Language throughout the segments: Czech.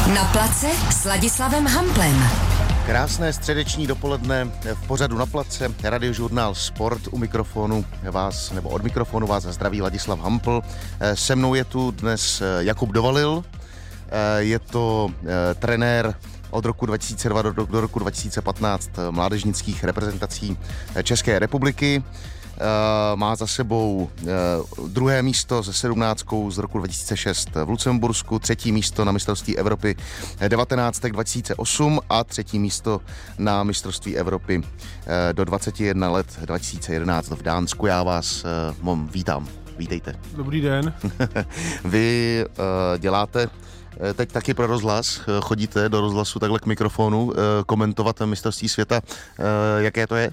Na place s Ladislavem Hamplem. Krásné středeční dopoledne v pořadu Na place, radiožurnál Sport. U mikrofonu vás, nebo od mikrofonu vás zdraví Ladislav Hampl. Se mnou je tu dnes Jakub Dovalil. Je to trenér od roku 2002 do roku 2015 mládežnických reprezentací České republiky. Má za sebou druhé místo se 17 z roku 2006 v Lucembursku, třetí místo na mistrovství Evropy 2008 a třetí místo na mistrovství Evropy do 21 let 2011 v Dánsku. Já vás vítám. Vítejte. Dobrý den. Vy děláte teď taky pro rozhlas, chodíte do rozhlasu takhle k mikrofonu komentovat mistrovství světa. Jaké to je?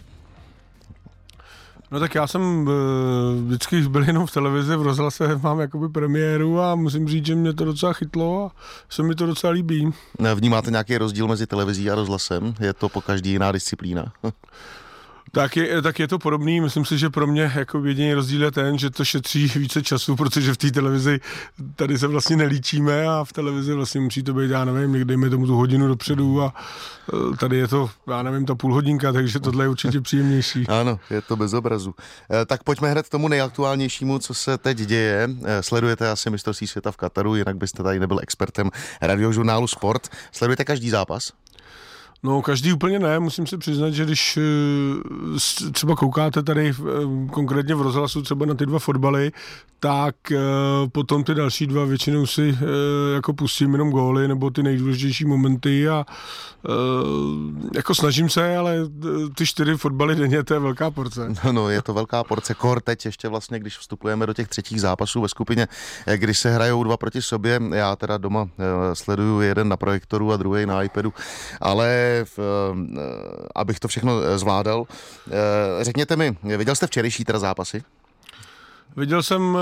No tak já jsem vždycky byl jenom v televizi, v rozhlase mám jakoby premiéru a musím říct, že mě to docela chytlo a se mi to docela líbí. Vnímáte nějaký rozdíl mezi televizí a rozhlasem? Je to po každý jiná disciplína? Tak je to podobný, myslím si, že pro mě jako jediný rozdíl je ten, že to šetří více času, protože v té televizi tady se vlastně nelíčíme a v televizi vlastně musí to být, já nevím, někdy dejme tomu tu hodinu dopředu a tady je to, já nevím, ta půl hodinka, takže tohle je určitě příjemnější. Ano, je to bez obrazu. Tak pojďme hned k tomu nejaktuálnějšímu, co se teď děje. Sledujete asi mistrovství světa v Kataru, jinak byste tady nebyl expertem radiožurnálu Sport. Sledujete každý zápas? No, každý úplně ne, musím se přiznat, že když třeba koukáte tady konkrétně v rozhlasu třeba na ty dva fotbaly, tak potom ty další dva většinou si jako pustím jenom góly nebo ty nejdůležitější momenty a jako snažím se, ale ty 4 fotbaly denně, to je velká porce. No, je to velká porce, kor teď ještě vlastně, když vstupujeme do těch třetích zápasů ve skupině, kdy se hrajou dva proti sobě, já teda doma sleduju jeden na projektoru a druhý na iPadu, ale abych to všechno zvládal. Řekněte mi, viděl jste včerejší teda zápasy? Viděl jsem,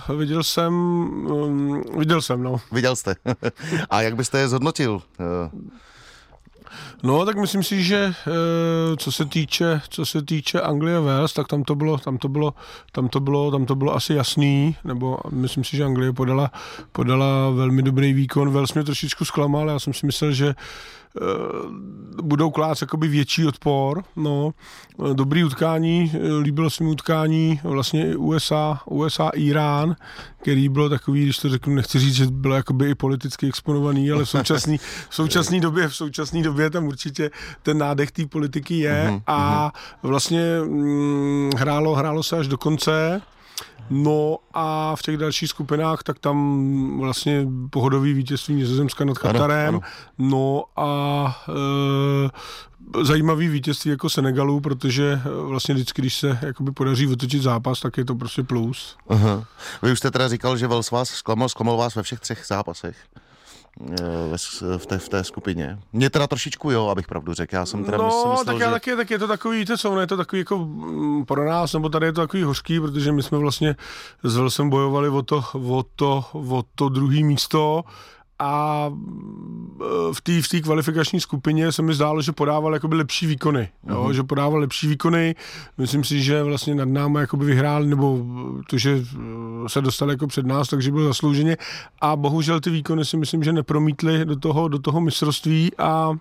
no. Viděl jste. A jak byste je zhodnotil? No, tak myslím si, že co se týče Anglie Wales, tak tam to bylo asi jasný, nebo myslím si, že Anglie podala velmi dobrý výkon. Wales mě trošičku zklamal, já jsem si myslel, že budou klást jakoby větší odpor, no, dobrý utkání, líbilo se mi utkání vlastně USA Irán, který bylo takový, když to řeknu, nechci říct, že bylo jakoby i politicky exponovaný, ale v současné době tam určitě ten nádech té politiky je a vlastně hrálo se až do konce. No a v těch dalších skupinách, tak tam vlastně pohodový vítězství Nizozemska nad Katarem. Ano. No a zajímavý vítězství jako Senegalu, protože vlastně vždycky, když se jakoby podaří otočit zápas, tak je to prostě plus. Aha. Vy už jste teda říkal, že Wales vás zklamal vás ve všech 3 zápasech v té skupině. Mě teda trošičku jo, abych pravdu řekl. Já jsem teda myslel, že... tak je to takový, víte co, je to takový jako pro nás, nebo tady je to takový hořký, protože my jsme vlastně s Walesem bojovali o to druhý místo a v té kvalifikační skupině se mi zdálo, že podával jakoby lepší výkony. Jo? Že podával lepší výkony. Myslím si, že vlastně nad námi jakoby vyhrál, nebo to, že se dostal jako před nás, takže byl zaslouženě. A bohužel ty výkony si myslím, že nepromítly do toho mistrovství a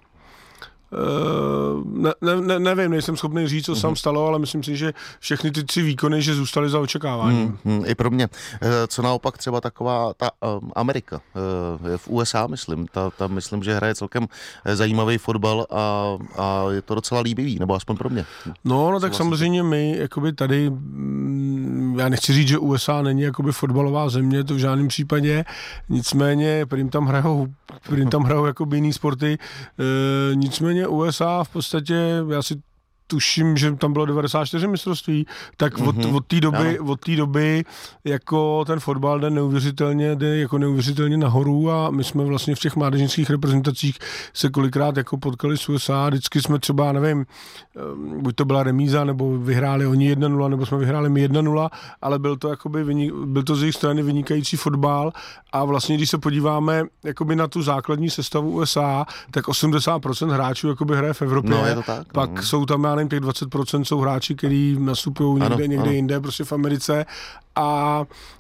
nevím, nejsem schopný říct, co sám stalo, ale myslím si, že všechny ty 3 výkony, že zůstaly za očekávání. I pro mě. Co naopak třeba taková ta Amerika v USA, myslím. Ta myslím, že hraje celkem zajímavý fotbal a je to docela líbivý, nebo aspoň pro mě. No tak samozřejmě my, jakoby tady, já nechci říct, že USA není jakoby fotbalová země, to v žádném případě, nicméně prým tam hrajou jakoby jiný sporty, nicméně USA v podstatě, já si tuším, že tam bylo 94 mistrovství, tak od té doby jako ten fotbal jde neuvěřitelně nahoru a my jsme vlastně v těch mládežnických reprezentacích se kolikrát jako potkali s USA, vždycky jsme třeba, nevím, buď to byla remíza, nebo vyhráli oni 1-0, nebo jsme vyhráli my 1-0, ale byl to z jejich strany vynikající fotbal a vlastně, když se podíváme jakoby na tu základní sestavu USA, tak 80% hráčů jakoby hraje v Evropě. No, je to tak. Pak jsou tam, já nevím, těch 20% jsou hráči, kteří nastupují někde jinde, prostě v Americe. A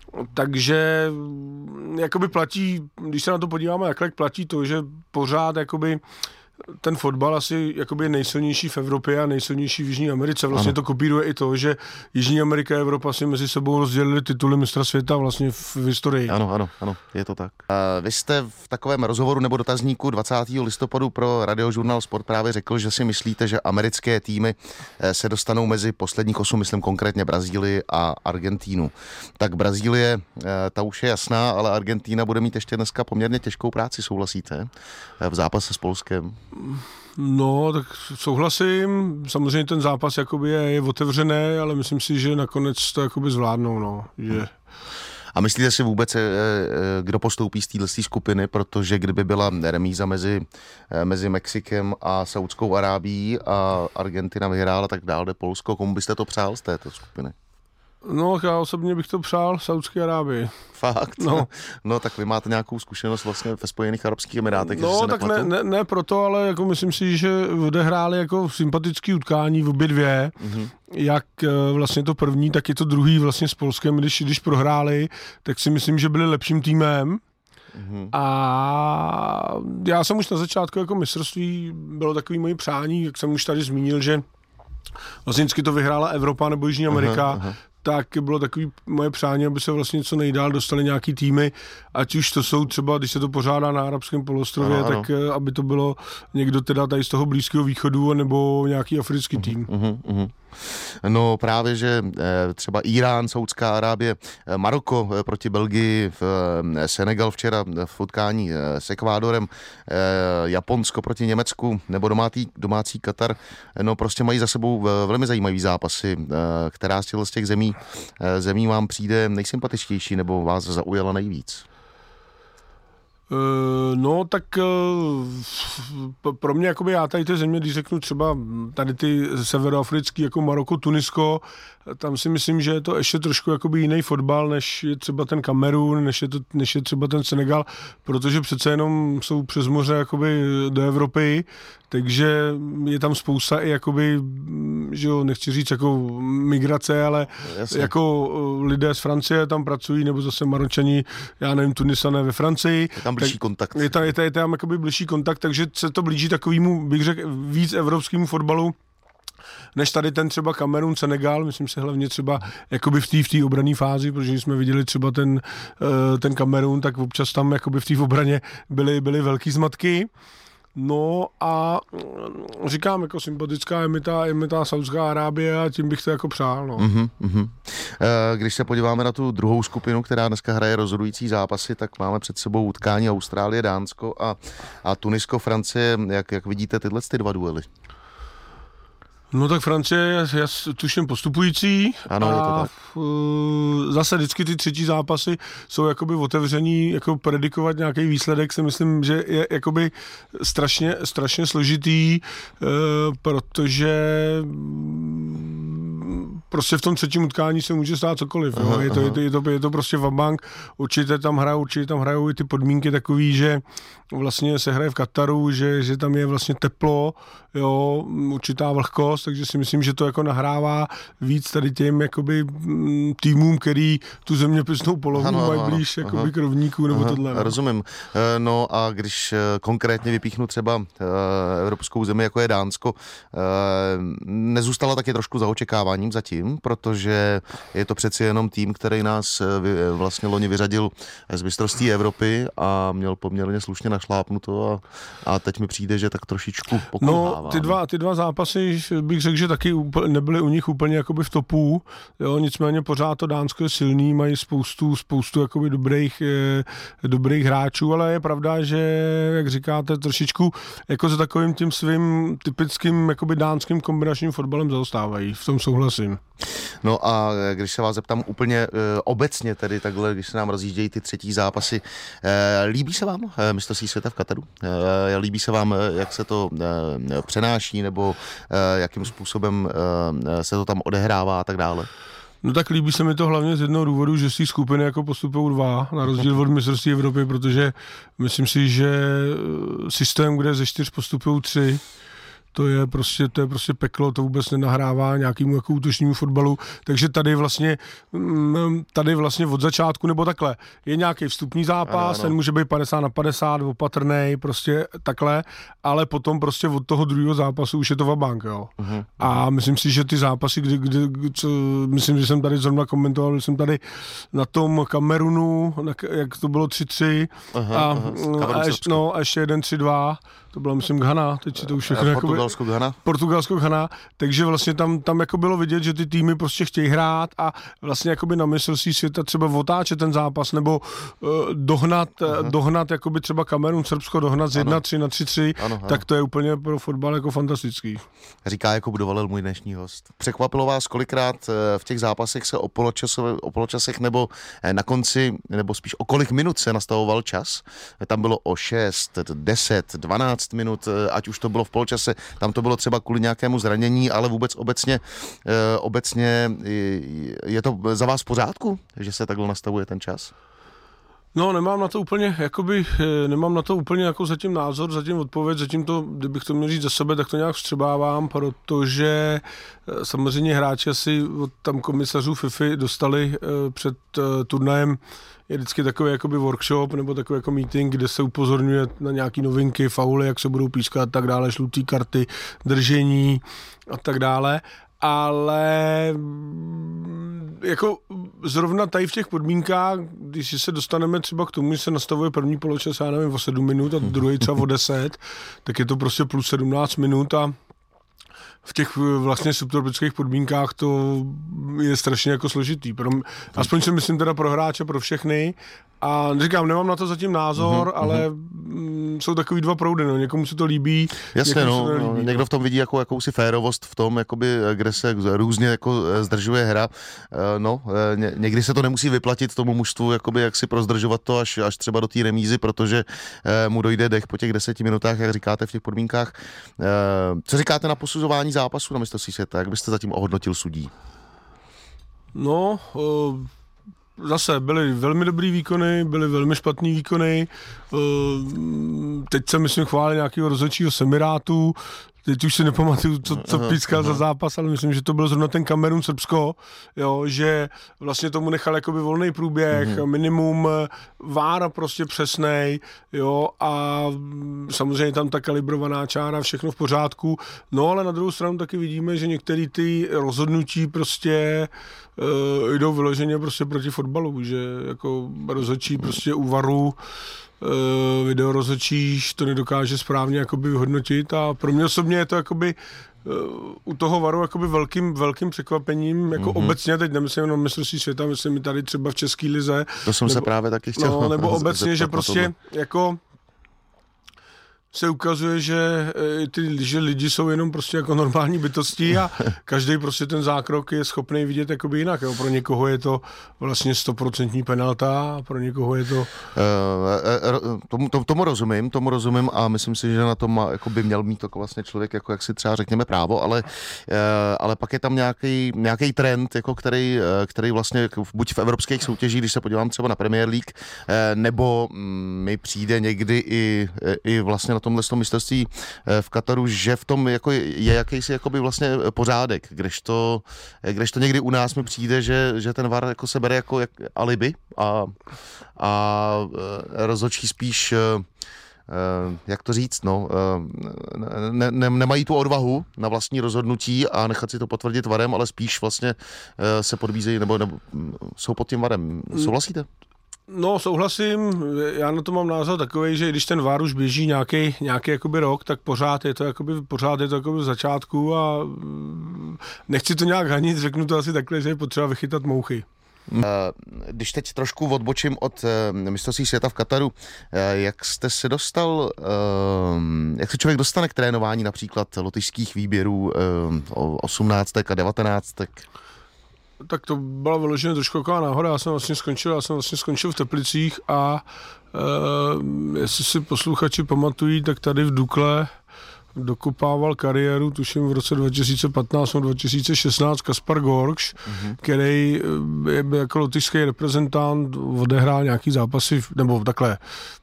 Takže jakoby platí, když se na to podíváme, jak platí to, že pořád jakoby ten fotbal asi jakoby nejsilnější v Evropě a nejsilnější v Jižní Americe. Vlastně to kopíruje i to, že Jižní Amerika a Evropa si mezi sebou rozdělili tituly mistra světa vlastně v historii. Ano, je to tak. Vy jste v takovém rozhovoru nebo dotazníku 20. listopadu pro Radiožurnál Sport právě řekl, že si myslíte, že americké týmy se dostanou mezi posledních 8, myslím konkrétně Brazílii a Argentínu. Tak Brazílie, ta už je jasná, ale Argentína bude mít ještě dneska poměrně těžkou práci, souhlasíte? V zápase s Polskem. No, tak souhlasím. Samozřejmě ten zápas jakoby je otevřený, ale myslím si, že nakonec to jakoby zvládnou, no. Že... A myslíte si vůbec, kdo postoupí z této skupiny, protože kdyby byla remíza mezi Mexikem a Saudskou Arábií a Argentina vyhrála, tak dál jde Polsko, komu byste to přál z této skupiny? No, já osobně bych to přál Saudské Arábii. Fakt? No, tak vy máte nějakou zkušenost vlastně ve Spojených arabských emirátech. No, tak ne proto, ale jako myslím si, že odehráli jako sympatický utkání v obě dvě. Mm-hmm. Jak vlastně to první, tak i to druhý vlastně s Polskem, když prohráli, tak si myslím, že byli lepším týmem. Mm-hmm. A já jsem už na začátku jako mistrovství, bylo takový moje přání, jak jsem už tady zmínil, že vlastně vždycky to vyhrála Evropa nebo Jižní Amerika, tak bylo takový moje přání, aby se vlastně co nejdál dostali nějaký týmy, ať už to jsou třeba, když se to pořádá na Arabském poloostrově, tak aby to bylo někdo teda tady z toho Blízkého východu nebo nějaký africký tým. No právě, že třeba Irán, Saudská Arábie, Maroko proti Belgii, Senegal včera v utkání s Ekvádorem, Japonsko proti Německu nebo domácí Katar, no prostě mají za sebou velmi zajímavý zápasy. Která z těch zemí vám přijde nejsympatičtější nebo vás zaujala nejvíc? No, tak pro mě, jakoby já tady ty země, když řeknu třeba tady ty severoafrický, jako Maroko, Tunisko, tam si myslím, že je to ještě trošku jakoby jiný fotbal, než je třeba ten Kamerun, než je třeba ten Senegal, protože přece jenom jsou přes moře jakoby do Evropy, takže je tam spousta i jakoby, že jo, nechci říct jako migrace, ale jasně, jako lidé z Francie tam pracují, nebo zase Maročani, já nevím, Tunisané ve Francii. Je tam blížší kontakt. Je tam jakoby blížší kontakt, takže se to blíží takovému, bych řekl, víc evropskému fotbalu, než tady ten třeba Kamerun, Senegal, myslím si hlavně třeba jakoby v té obranné fázi, protože jsme viděli třeba ten Kamerun, tak občas tam jakoby v té obraně byly velký zmatky. No a říkám, jako sympatická je mi ta Saudská Arábie a tím bych to jako přál. No. Když se podíváme na tu druhou skupinu, která dneska hraje rozhodující zápasy, tak máme před sebou utkání Austrálie, Dánsko a Tunisko, Francie. Jak vidíte tyhle dva duely? No tak Francie je tuším postupující. Ano, je to tak. Zase vždycky ty třetí zápasy jsou jakoby otevření, jako predikovat nějaký výsledek si myslím, že je jakoby strašně složitý, protože prostě v tom třetím utkání se může stát cokoliv. Je to prostě vabank, určitě tam hrajou i ty podmínky takový, že vlastně se hraje v Kataru, že tam je vlastně teplo, jo, určitá vlhkost, takže si myslím, že to jako nahrává víc tady těm jakoby týmům, který tu zeměpisnou polohu mají blíž jakoby k rovníků nebo tohle. No. Rozumím. No a když konkrétně vypíchnu třeba evropskou zemi, jako je Dánsko, nezůstala taky trošku za očekáváním zatím, protože je to přeci jenom tým, který nás vlastně loni vyřadil z mistrovství Evropy a měl poměrně slušně našlápnuto a teď mi přijde, že tak trošičku pokulhává. No, ty dva zápasy bych řekl, že taky nebyly u nich úplně jakoby v topu, jo, nicméně pořád to Dánsko je silný, mají spoustu jakoby dobrých hráčů, ale je pravda, že, jak říkáte, trošičku jako za takovým tím svým typickým jakoby dánským kombinačním fotbalem zaostávají, v tom souhlasím. No a když se vás zeptám úplně obecně tedy takhle, když se nám rozjíždějí ty třetí zápasy, líbí se vám mistrovství světa v Kataru? Líbí se vám, jak se to přenáší, nebo jakým způsobem se to tam odehrává a tak dále? No tak líbí se mi to hlavně z jednoho důvodu, že z té skupiny jako postupují 2, na rozdíl od mistrovství Evropy, protože myslím si, že systém, kde ze 4 postupují 3, to je prostě peklo, to vůbec nenahrává nějakému jako útočnímu fotbalu, takže tady vlastně od začátku, nebo takhle, je nějaký vstupní zápas, ano. Ten může být 50-50, opatrnej, prostě takhle, ale potom prostě od toho druhého zápasu už je to vabank, jo. A myslím si, že ty zápasy, myslím, že jsem tady zrovna komentoval, jsem tady na tom Kamerunu, jak to bylo 3-3 a ještě jeden 3-2, to byla, myslím, Ghana, teď si to už všechno Portugalsko-Ghana, takže vlastně tam jako bylo vidět, že ty týmy prostě chtějí hrát a vlastně jakoby na mistrovství světa třeba otáčet ten zápas, nebo dohnat jakoby třeba Kamerun, Srbsko, dohnat z 1-3 na 3-3, tak to je úplně pro fotbal jako fantastický. Říká Jakub Dovalil, můj dnešní host. Překvapilo vás, kolikrát v těch zápasech se o poločasech nebo na konci, nebo spíš o kolik minut se nastavoval čas? Tam bylo o 6, 10, 12 minut, ať už to bylo v poločase, tam to bylo třeba kvůli nějakému zranění, ale vůbec obecně je to za vás v pořádku, že se takhle nastavuje ten čas? No, nemám na to úplně jako zatím názor, zatím odpověď, zatím to, kdybych to měl říct za sebe, tak to nějak vstřebávám, protože samozřejmě hráči asi od tam komisařů FIFA dostali před turnajem je vždycky takový jakoby workshop nebo takový jako meeting, kde se upozorňuje na nějaký novinky, fauly, jak se budou pískat a tak dále, žlutý karty, držení a tak dále. Ale jako zrovna tady v těch podmínkách, když se dostaneme třeba k tomu, že se nastavuje první poločas, já nevím, o 7 minut a druhý třeba o 10, tak je to prostě plus 17 minut a v těch vlastně subtropických podmínkách to je strašně jako složitý. Aspoň si myslím teda pro hráče, pro všechny. A říkám, nemám na to zatím názor, ale jsou takový dva proudy, no. Někomu se to líbí. Jasně, někdo v tom vidí jakousi férovost v tom, jakoby, kde se různě jako zdržuje hra. Někdy se to nemusí vyplatit tomu mužstvu, jakoby, jak si prozdržovat to až třeba do té remízy, protože mu dojde dech po těch 10 minutách, jak říkáte v těch podmínkách. Co říkáte na posuzování zápasu na mistrovství světa? Jak byste zatím ohodnotil sudí? Zase byly velmi dobrý výkony, byly velmi špatný výkony. Teď se myslím chválil nějakého rozhodčího z Emirátů. Teď už si nepamatuju, co pískal za zápas, ale myslím, že to byl zrovna ten Kamerun Srbsko, jo, že vlastně tomu nechal jakoby volný průběh, minimum VAR prostě přesnej, jo, a samozřejmě tam ta kalibrovaná čára, všechno v pořádku, no ale na druhou stranu taky vidíme, že některé ty rozhodnutí prostě jdou vyloženě prostě proti fotbalu, že jako rozhodčí prostě u VARu video rozhodčíš, to nedokáže správně jakoby vyhodnotit a pro mě osobně je to jakoby u toho VARu jakoby velkým překvapením, jako obecně, teď nemyslím na mistrovství světa, myslím i tady třeba v české lize. To jsem se právě taky chtěl. Nebo obecně, že prostě jako se ukazuje, že lidi jsou jenom prostě jako normální bytosti a každý prostě ten zákrok je schopný vidět jakoby jinak. Jo. Pro někoho je to vlastně 100% penalta, a pro někoho je to... Tomu rozumím a myslím si, že na tom by měl mít to vlastně člověk, jako jak si třeba řekněme právo, ale pak je tam nějaký trend, jako který vlastně buď v evropských soutěžích, když se podívám třeba na Premier League, nebo mi přijde někdy i vlastně na tomhle mistrovství v Kataru, že v tom jako je jakýsi jakoby vlastně pořádek, kdežto někdy u nás mi přijde, že ten VAR jako se bere jako alibi a rozhodčí spíš jak to říct, nemají tu odvahu na vlastní rozhodnutí a nechat si to potvrdit VARem, ale spíš vlastně se podbízejí nebo jsou pod tím VARem. Souhlasíte? No, souhlasím, já na to mám názor takový, že když ten VAR už běží nějaký jakoby rok, tak pořád je to jakoby v začátku a nechci to nějak hanit, řeknu to asi takhle, že je potřeba vychytat mouchy. Když teď trošku odbočím od mistrovství světa v Kataru, jak jste se dostal, jak se člověk dostane k trénování například lotyšských výběrů 18 a 19? Tak to byla vyloženě trošku taková náhoda, já jsem vlastně skončil v Teplicích a jestli si posluchači pamatují, tak tady v Dukle dokopával kariéru, tuším v roce 2015-2016 Kaspar Gorkš, který je jako lotyšský reprezentant, odehrál nějaký zápasy, nebo takhle,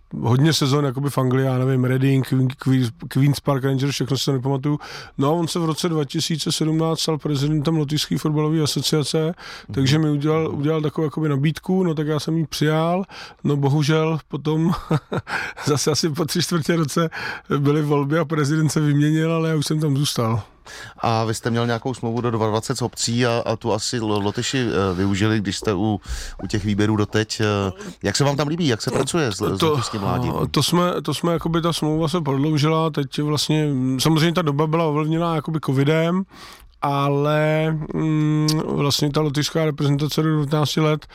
hodně sezon jakoby v Anglii, já nevím, Reading, Queen's Park Rangers, všechno si to nepamatuju. No a on se v roce 2017 stal prezidentem Lotyšské fotbalové asociace, takže mi udělal takovou jakoby nabídku, no tak já jsem ji přijal, no bohužel potom zase asi po 3/4 roce byly volby a prezident se vyměnil, ale já už jsem tam zůstal. A vy jste měl nějakou smlouvu do 22 obcí a tu asi Lotyši využili, když jste u těch výběrů doteď. Jak se vám tam líbí, jak se pracuje s lotyšským mládím? To jsme jakoby ta smlouva se prodloužila, teď vlastně, samozřejmě ta doba byla ovlivněná jakoby covidem, ale vlastně ta lotyšská reprezentace do 19 let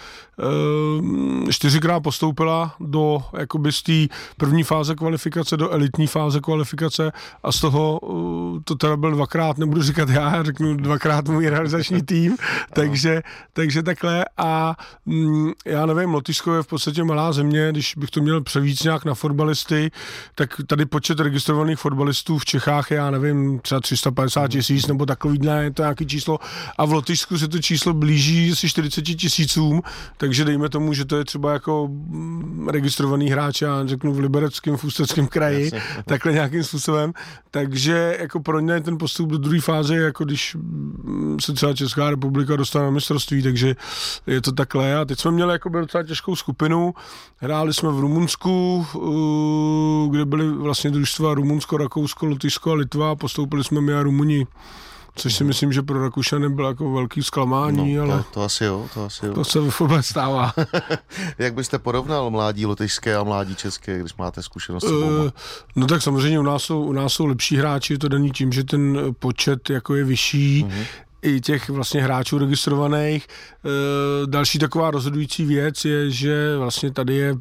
4krát postoupila do jakoby z té první fáze kvalifikace do elitní fáze kvalifikace a z toho to teda byl 2krát, nebudu říkat já řeknu 2krát můj realizační tým, takže takhle a já nevím, Lotyšsko je v podstatě malá země, když bych to měl převíc nějak na fotbalisty, tak tady počet registrovaných fotbalistů v Čechách je, já nevím, třeba 350 000 nebo takovýhle, je to nějaký číslo a v Lotyšsku se to číslo blíží asi 40 000, takže dejme tomu, že to je třeba jako registrovaný hráč, já řeknu v Libereckém, v Ústeckém kraji, takhle nějakým způsobem, takže jako pro ně ten postup do druhé fáze, jako když se třeba Česká republika dostane na mistrovství, takže je to takhle a teď jsme měli jako docela těžkou skupinu, hráli jsme v Rumunsku, kde byly vlastně družstva Rumunsko, Rakousko, Lotyšsko a Litva, postoupili jsme my a Rumuni. Což si myslím, že pro Rakušany bylo jako velký zklamání, no, ale to asi jo. To se ve fotbale stává. Jak byste porovnal mládí lotyšské a mládí české, když máte zkušenost s sebou? No tak samozřejmě u nás jsou lepší hráči, je to daný tím, že ten počet jako je vyšší, i těch vlastně hráčů registrovaných. Další taková rozhodující věc je, že vlastně tady je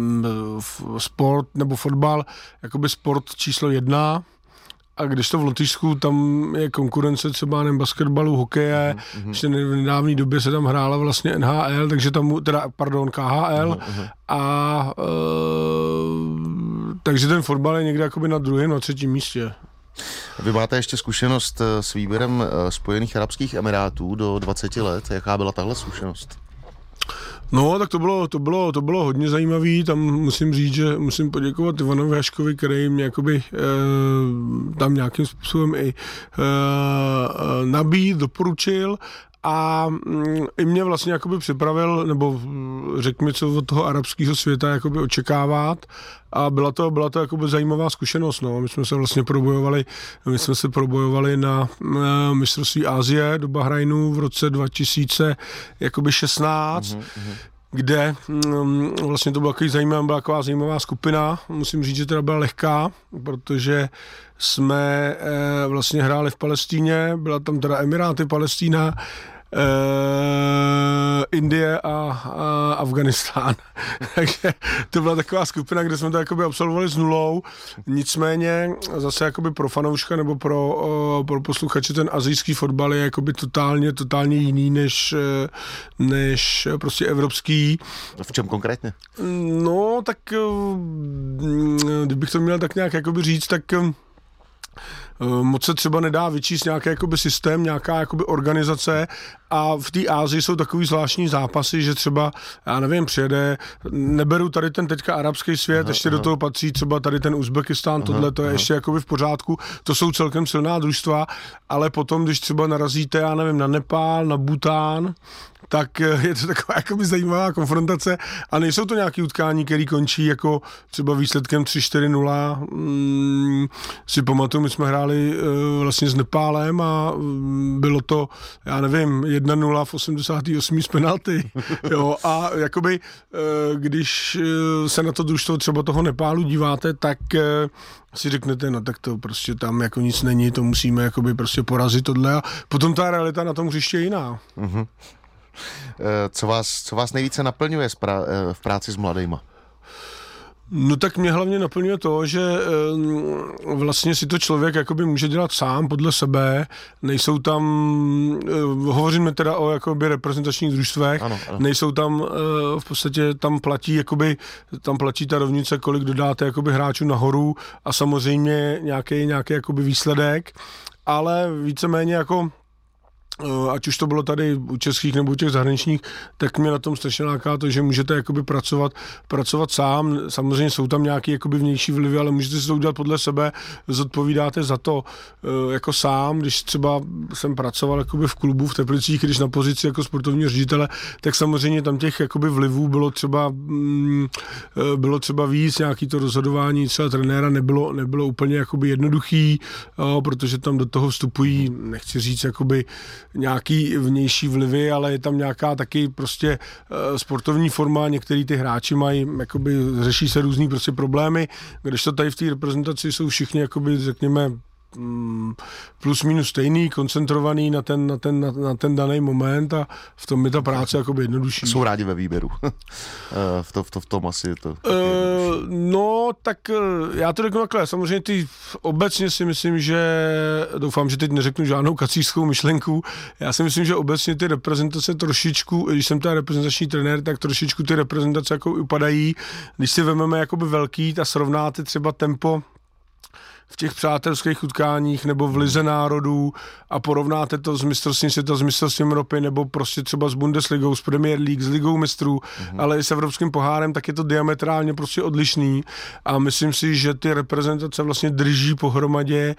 sport nebo fotbal jakoby sport číslo 1. A když to v Lotyšsku, tam je konkurence třeba nevím, basketbalu, hokeje, ještě v nedávné době se tam hrála vlastně NHL, takže tam, KHL a takže ten fotbal je někde jakoby na 2., na 3. místě. Vy máte ještě zkušenost s výběrem Spojených arabských emirátů do 20 let. Jaká byla tahle zkušenost? No, tak to bylo hodně zajímavý, tam musím říct, že musím poděkovat Ivanovi Haškovi, který mě jakoby tam nějakým způsobem i doporučil a i mě vlastně jakoby připravil, nebo řekl mi, co od toho arabského světa jakoby očekávat a byla to jakoby zajímavá zkušenost, no. My jsme se probojovali na mistrovství Asie do Bahrajnu v roce 2016, kde vlastně to byla taková zajímavá skupina, musím říct, že teda byla lehká, protože jsme vlastně hráli v Palestíně, byla tam teda Emiráty, Palestína, Indie a Afganistán. Takže to byla taková skupina, kde jsme to jakoby absolvovali s 0. Nicméně zase jakoby pro fanouška nebo pro posluchače ten asijský fotbal je jakoby totálně jiný než prostě evropský. V čem konkrétně? No, tak kdybych to měl tak nějak jakoby říct, tak moc se třeba nedá vyčíst nějaký jakoby systém, nějaká jakoby organizace a v té Asii jsou takový zvláštní zápasy, že třeba, já nevím, neberu tady ten teďka arabský svět, ještě do toho patří třeba tady ten Uzbekistán, tohle to je ještě jakoby v pořádku, to jsou celkem silná družstva, ale potom, když třeba narazíte, já nevím, na Nepál, na Bhután, tak je to taková jakoby zajímavá konfrontace a nejsou to nějaké utkání, které končí jako třeba výsledkem 3-4-0. Si pamatuju, my jsme hráli vlastně s Nepálem a bylo to, já nevím, 1-0 v 88. z penalty. Jo, a jakoby, když se na to družstvo třeba toho Nepálu díváte, tak si řeknete, no tak to prostě tam jako nic není, to musíme jakoby prostě porazit tohle a potom ta realita na tom hřiště je jiná. Co vás nejvíce naplňuje v práci s mladejma? No tak mě hlavně naplňuje to, že vlastně si to člověk jakoby může dělat sám podle sebe, nejsou tam, hovoříme teda o jakoby reprezentačních družstvech, ano. Nejsou tam, v podstatě tam platí ta rovnice, kolik dodáte jakoby hráčů nahoru a samozřejmě nějaký jakoby výsledek, ale víceméně jako ať už to bylo tady u českých nebo u těch zahraničních, tak mě na tom strašně láká to, že můžete jakoby pracovat sám. Samozřejmě jsou tam nějaké jakoby vnější vlivy, ale můžete si to udělat podle sebe, zodpovídáte za to jako sám. Když třeba jsem pracoval jakoby v klubu v Teplicích, když na pozici jako sportovního ředitele, tak samozřejmě tam těch jakoby vlivů bylo třeba víc, nějaký to rozhodování třeba trenéra nebylo úplně jakoby jednoduchý, protože tam do toho vstupují, nechci říct jakoby nějaký vnější vlivy, ale je tam nějaká taky prostě sportovní forma, některý ty hráči mají, jakoby řeší se různý prostě problémy, když to tady v té reprezentaci jsou všichni, jakoby řekněme, plus minus stejný, koncentrovaný na ten daný moment a v tom je ta práce jakoby jednodušší. Jsou rádi ve výběru. v tom asi je to. No, tak já to řeknu takhle. Samozřejmě obecně si myslím, že doufám, že teď neřeknu žádnou kacířskou myšlenku. Já si myslím, že obecně ty reprezentace trošičku, když jsem ten reprezentační trenér, tak trošičku ty reprezentace jako upadají. Když si vezmeme jakoby velký a srovnáte třeba tempo v těch přátelských utkáních nebo v Lize národů a porovnáte to s mistrovstvím světa, s mistrovstvím Evropy nebo prostě třeba s Bundesligou, s Premier League, s Ligou mistrů, ale i s Evropským pohárem, tak je to diametrálně prostě odlišný a myslím si, že ty reprezentace vlastně drží pohromadě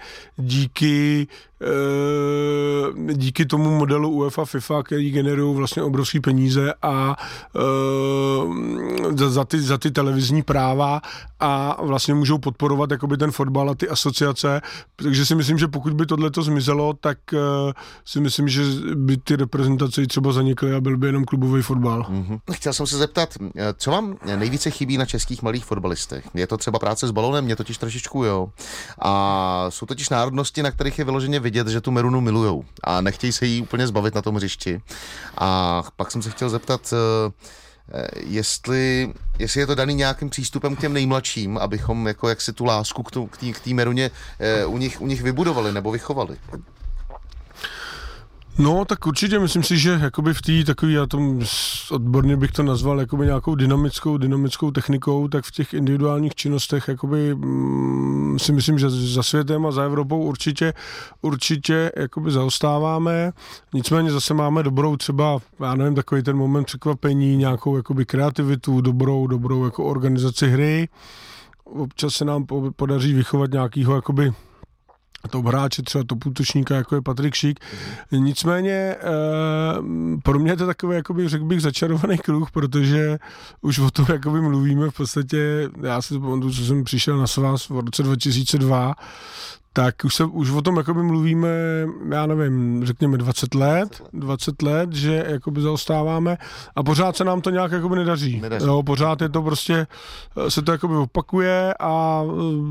díky tomu modelu UEFA, FIFA, který generují vlastně obrovský peníze a za ty televizní práva a vlastně můžou podporovat jakoby ten fotbal a ty asociace, takže si myslím, že pokud by tohleto zmizelo, tak si myslím, že by ty reprezentace třeba zanikly a byl by jenom klubový fotbal. Chtěl jsem se zeptat, co vám nejvíce chybí na českých malých fotbalistech? Je to třeba práce s balonem? Mě totiž trošičku, jo. A jsou totiž národnosti, na kterých je vyloženě vidět, že tu Merunu milujou a nechtějí se jí úplně zbavit na tom hřišti. A pak jsem se chtěl zeptat, jestli je to daný nějakým přístupem k těm nejmladším, abychom jako jak si tu lásku k té Meruně u nich vybudovali nebo vychovali. No, tak určitě myslím si, že jakoby v té takový, já tom odborně bych to nazval jakoby nějakou dynamickou technikou, tak v těch individuálních činnostech jakoby si myslím, že za světem a za Evropou určitě jakoby zaostáváme. Nicméně zase máme dobrou třeba, já nevím, takový ten moment překvapení, nějakou jakoby kreativitu, dobrou jako organizaci hry. Občas se nám podaří vychovat nějakýho jakoby top hráče, třeba top útočníka, jako je Patrik Šík. Nicméně pro mě je to takový, jakoby, řekl bych, začarovaný kruh, protože už o tom jakoby mluvíme v podstatě, já si to pamatuju, co jsem přišel na svaz v roce 2002, tak už o tom jakoby mluvíme, já nevím, řekněme 20 let, že jakoby zaostáváme a pořád se nám to nějak jakoby nedaří. Jo, pořád je to prostě, se to jakoby opakuje a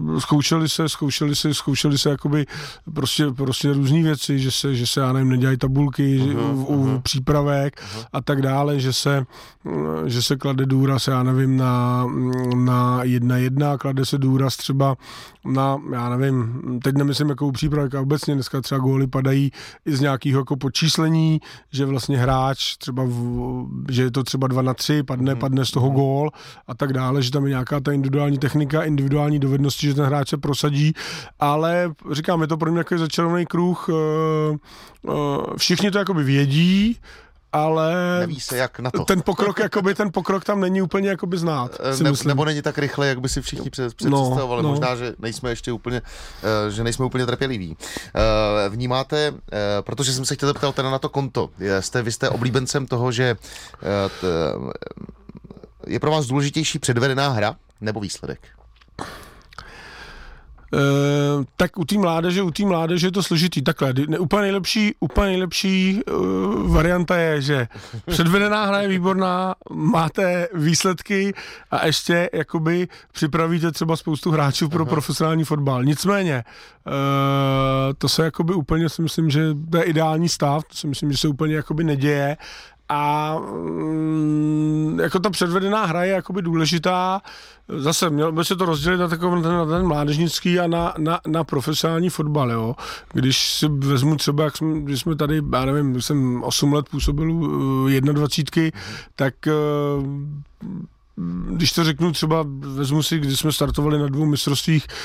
zkoušeli se jakoby prostě různý věci, že se já nevím, nedělají tabulky u přípravek a tak dále, že se klade důraz, já nevím, na 1-1, klade se důraz třeba na, já nevím, teď nemyslím jako u přípravek a obecně dneska třeba góly padají i z nějakého jako počíslení, že vlastně hráč třeba, že je to třeba 2-3, padne z toho gól a tak dále, že tam je nějaká ta individuální technika, individuální dovednosti, že ten hráč se prosadí, ale říkám, je to pro mě jako začarovaný kruh, všichni to jakoby vědí, ale neví se, jak na to. Ten pokrok tam není úplně jakoby znát. Nebo není tak rychle, jak by si všichni představovali. Možná, že nejsme ještě úplně trpěliví. Vnímáte, protože jsem se chtěl zeptat teda na to konto. Vy jste oblíbencem toho, že je pro vás důležitější předvedená hra nebo výsledek? Tak u té mládeže je to složitý. Takhle, úplně nejlepší varianta je, že předvedená hra je výborná, máte výsledky a ještě jakoby připravíte třeba spoustu hráčů pro profesionální fotbal. Nicméně, to se jakoby úplně si myslím, že to je ideální stav, to si myslím, že se úplně jakoby neděje. A jako ta předvedená hra je jakoby důležitá. Zase měl by se to rozdělit na ten mládežnický a na profesionální fotbal, jo. Když si vezmu třeba, když jsme tady, já nevím, když jsem 8 let působil 21, tak když to řeknu třeba, vezmu si, když jsme startovali na 2 mistrovstvích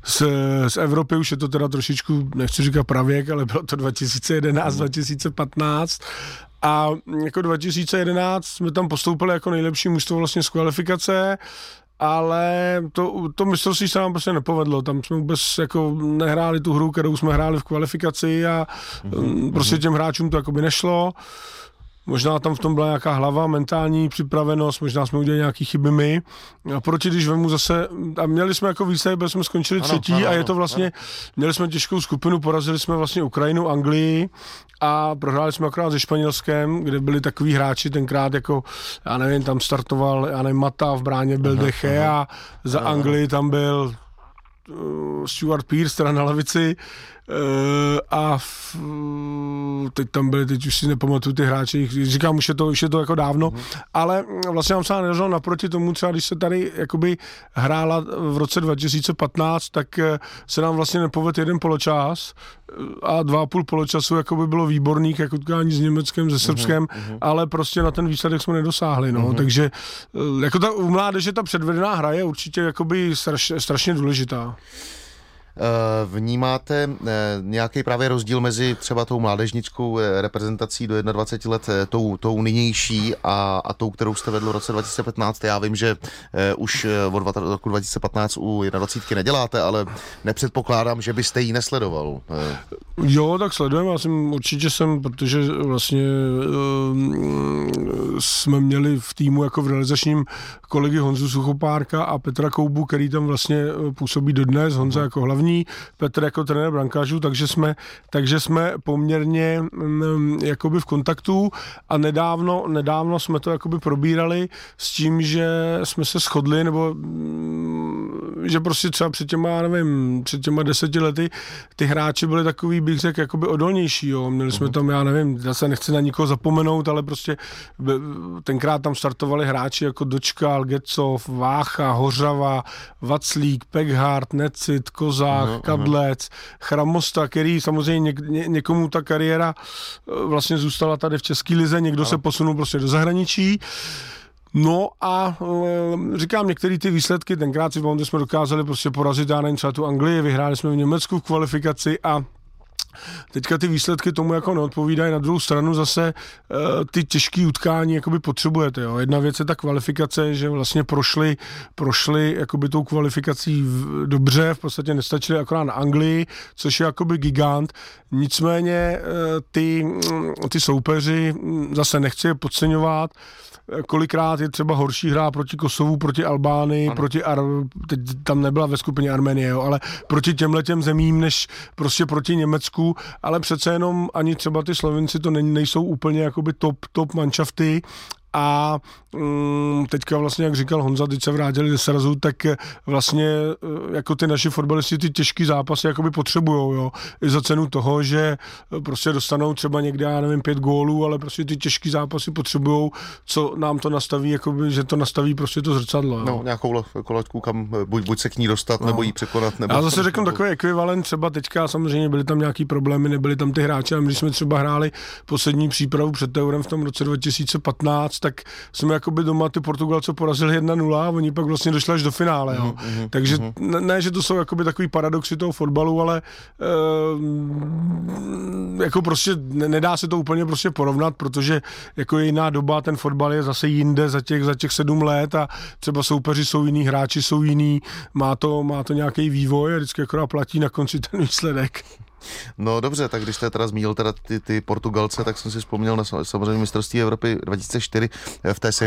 z Evropy, už je to teda trošičku, nechci říkat pravěk, ale bylo to 2011, 2015. A jako 2011 jsme tam postoupili jako nejlepší mužstvo vlastně z kvalifikace, ale to mistrovství se nám prostě nepovedlo. Tam jsme vůbec jako nehráli tu hru, kterou jsme hráli v kvalifikaci a prostě těm hráčům to jako by nešlo. Možná tam v tom byla nějaká hlava, mentální připravenost, možná jsme udělali nějaký chyby my. A proti, když vemu zase, a měli jsme jako výsledek, protože jsme skončili třetí a je to vlastně, měli jsme těžkou skupinu, porazili jsme vlastně Ukrajinu, Anglii a prohráli jsme akorát se Španělskem, kde byli takový hráči tenkrát jako, já nevím, tam startoval, já nevím, Mata, v bráně byl Deche a za Anglii tam byl Stuart Pearce, teda na lavici, a teď tam byli, teď už si nepamatuju ty hráči, říkám, už je to jako dávno, ale vlastně nám se nedařilo naproti tomu, třeba když se tady jakoby hrála v roce 2015, tak se nám vlastně nepovedl jeden poločas a 2,5 poločasu jakoby bylo výborných, jako utkání s Německem, se Srbskem, ale prostě na ten výsledek jsme nedosáhli, no, takže jako u mládeže ta předvedená hra je určitě jakoby strašně důležitá. Vnímáte nějaký právě rozdíl mezi třeba tou mládežnickou reprezentací do 21 let, tou nynější a tou, kterou jste vedl v roce 2015? Já vím, že už od roku 2015 u 21 neděláte, ale nepředpokládám, že byste ji nesledoval. Jo, tak sledujeme, určitě jsem, protože vlastně jsme měli v týmu jako v realizačním kolegy Honzu Suchopárka a Petra Koubu, který tam vlastně působí dodnes, Honza jako hlavní, Petr jako trenér brankářů, takže jsme poměrně jakoby v kontaktu a nedávno jsme to jakoby probírali s tím, že jsme se shodli, nebo že prostě třeba před těma 10 lety ty hráči byli takový, bych řekl, jakoby odolnější, jo. Měli jsme tam, já nevím, zase nechci na nikoho zapomenout, ale prostě tenkrát tam startovali hráči jako Dočkal, Gecov, Vácha, Hořava, Vaclík, Pekhart, Necit, Kozák, Kadlec, Chramosta, který samozřejmě někomu ta kariéra vlastně zůstala tady v České lize, někdo se posunul prostě do zahraničí. No a říkám, některé ty výsledky, tenkrát si pamatuju, jsme dokázali prostě porazit, já nevím, třeba tu Anglii, vyhráli jsme v Německu v kvalifikaci a teďka ty výsledky tomu jako neodpovídají, na druhou stranu zase ty těžké utkání jakoby potřebujete, jo. Jedna věc je ta kvalifikace, že vlastně prošli jakoby tou kvalifikací dobře, v podstatě nestačili akorát na Anglii, což je jakoby gigant, nicméně ty soupeři, zase nechci je podceňovat, kolikrát je třeba horší hra proti Kosovu, proti Albánii, teď tam nebyla ve skupině Arménie, jo, ale proti těmhletěm zemím, než prostě proti Německu, ale přece jenom ani třeba ty Slovenci to nejsou úplně jakoby top manšafty. A teďka vlastně, jak říkal Honza, teď se vrátili ze srazu, tak vlastně jako ty naši fotbalisti ty těžký zápasy jakoby potřebujou, jo. I za cenu toho, že prostě dostanou třeba někde, já nevím, 5 gólů, ale prostě ty těžký zápasy potřebujou, co nám to nastaví, jakoby, že to nastaví prostě to zrcadlo. Jo. No, nějakou koletku, kam buď se k ní dostat, nebo jí překonat. Nebo... Já zase řeknu takový ekvivalent, třeba teďka samozřejmě byly tam nějaký problémy, nebyly tam ty hráči, a když jsme třeba hráli poslední přípravu před Eurem v tom roce 2015, tak jsme jakoby doma ty Portugalce porazili 1-0 a oni pak vlastně došli až do finále, jo. Takže ne, že to jsou jakoby takový paradoxy toho fotbalu, ale jako prostě nedá se to úplně prostě porovnat, protože jako je jiná doba, ten fotbal je zase jinde za těch 7 let a třeba soupeři jsou jiný, hráči jsou jiný, má to nějaký vývoj a vždycky akorát platí na konci ten výsledek. No dobře, tak když jste teda zmínil teda ty Portugalce, tak jsem si vzpomněl na samozřejmě mistrovství Evropy 2004 v té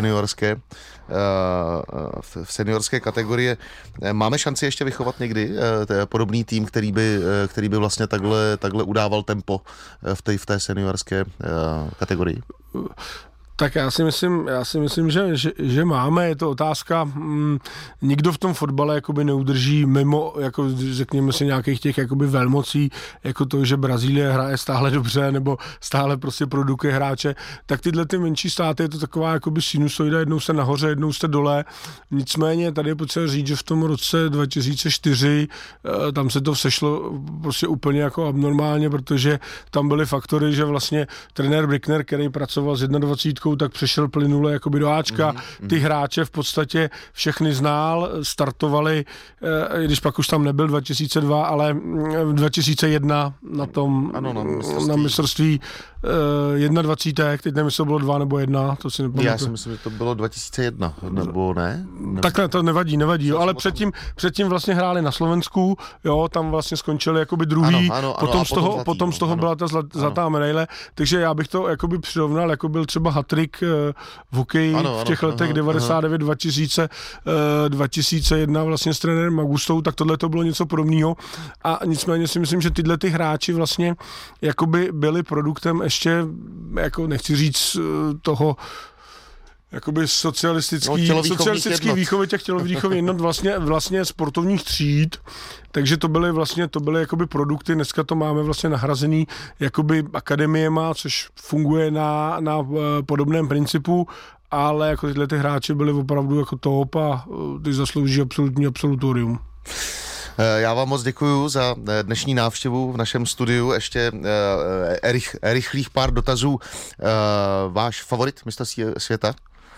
v seniorské kategorii. Máme šanci ještě vychovat někdy podobný tým, který by vlastně takhle udával tempo v té seniorské kategorii? Tak já si myslím, že máme, je to otázka, nikdo v tom fotbale jakoby neudrží mimo, jako řekněme si, nějakých těch jakoby velmocí, jako to, že Brazílie hraje stále dobře, nebo stále prostě produkuje hráče, tak tyhle ty menší státy, je to taková jakoby sinusoida, jednou jste nahoře, jednou jste dole, nicméně tady je potřeba říct, že v tom roce 2004 tam se to sešlo prostě úplně jako abnormálně, protože tam byly faktory, že vlastně trenér Brickner, který pracoval s 21 Slovenskou, tak přešel plynule jakoby do Ačka. Ty hráče v podstatě všechny znal, startovali, když pak už tam nebyl 2002, ale 2001 na mistrovství 21, teď nevím, jestli to bylo 2 nebo 1, to si nepamatuju. Já si myslím, že to bylo 2001, nebo ne? Takhle to nevadí, jo, ale předtím vlastně hráli na Slovensku, jo, tam vlastně skončili jakoby druhý, potom z toho byla ta zlatá medaile, takže já bych to jakoby přirovnal, jako byl třeba hat-trick v hokeji v těch letech 99, 2000, 2001 vlastně s trenérem Augustou, tak tohle to bylo něco podobného a nicméně si myslím, že tyhle ty hráči vlastně jakoby byli produktem ještě, jako nechci říct toho jakoby socialistický výchovy těch tělovýchových jednot vlastně sportovních tříd, takže to byly jakoby produkty, dneska to máme vlastně nahrazený jakoby akademiema, což funguje na podobném principu, ale jako tyhle ty hráči byli opravdu jako top a ty zaslouží absolutorium. Já vám moc děkuju za dnešní návštěvu v našem studiu. Ještě rychlých pár dotazů. Váš favorit mistrovství světa?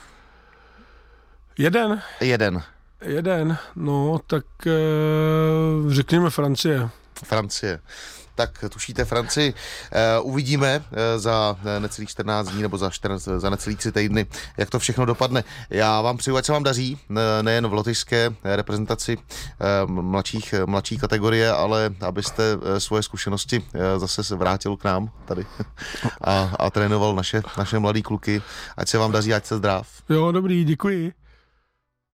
Jeden. No, tak řekněme Francie. Tak tušíte Francii. Uvidíme za necelých 14 dní nebo za necelých 3 týdny, jak to všechno dopadne. Já vám přeju, ať se vám daří, nejen v lotyšské reprezentaci mladší kategorie, ale abyste svoje zkušenosti zase se vrátil k nám tady a trénoval naše mladý kluky. Ať se vám daří, ať se zdrav. Jo, dobrý, děkuji.